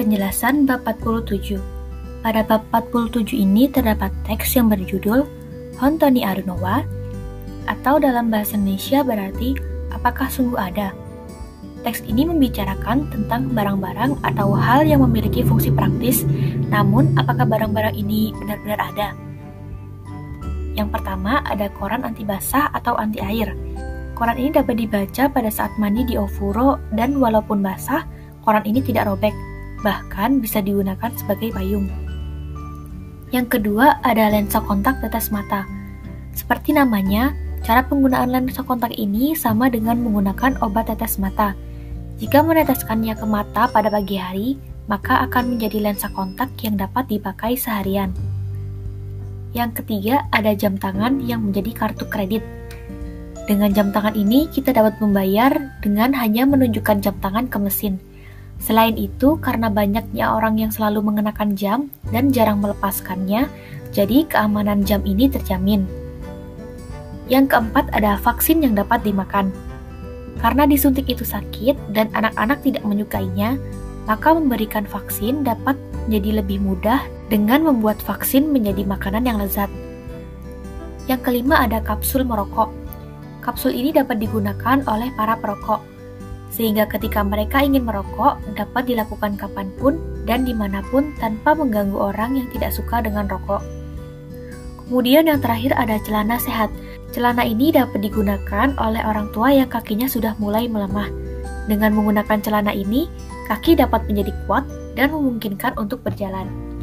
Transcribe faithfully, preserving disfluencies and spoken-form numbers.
Penjelasan bab empat puluh tujuh. Pada bab empat puluh tujuh ini terdapat teks yang berjudul Hontoni Arunowa, atau dalam bahasa Indonesia berarti apakah sungguh ada. Teks ini membicarakan tentang barang-barang atau hal yang memiliki fungsi praktis, namun apakah barang-barang ini benar-benar ada? Yang pertama ada koran anti basah atau anti air. Koran ini dapat dibaca pada saat mandi di ofuro dan walaupun basah, koran ini tidak robek, bahkan bisa digunakan sebagai payung. Yang kedua ada lensa kontak tetes mata. Seperti namanya, cara penggunaan lensa kontak ini sama dengan menggunakan obat tetes mata. Jika meneteskannya ke mata pada pagi hari, maka akan menjadi lensa kontak yang dapat dipakai seharian. Yang ketiga ada jam tangan yang menjadi kartu kredit. Dengan jam tangan ini, kita dapat membayar dengan hanya menunjukkan jam tangan ke mesin. Selain itu, karena banyaknya orang yang selalu mengenakan jam dan jarang melepaskannya, jadi keamanan jam ini terjamin. Yang keempat ada vaksin yang dapat dimakan. Karena disuntik itu sakit dan anak-anak tidak menyukainya, maka memberikan vaksin dapat menjadi lebih mudah dengan membuat vaksin menjadi makanan yang lezat. Yang kelima ada kapsul merokok. Kapsul ini dapat digunakan oleh para perokok, sehingga ketika mereka ingin merokok, dapat dilakukan kapanpun dan dimanapun tanpa mengganggu orang yang tidak suka dengan rokok. Kemudian yang terakhir ada celana sehat. Celana ini dapat digunakan oleh orang tua yang kakinya sudah mulai melemah. Dengan menggunakan celana ini, kaki dapat menjadi kuat dan memungkinkan untuk berjalan.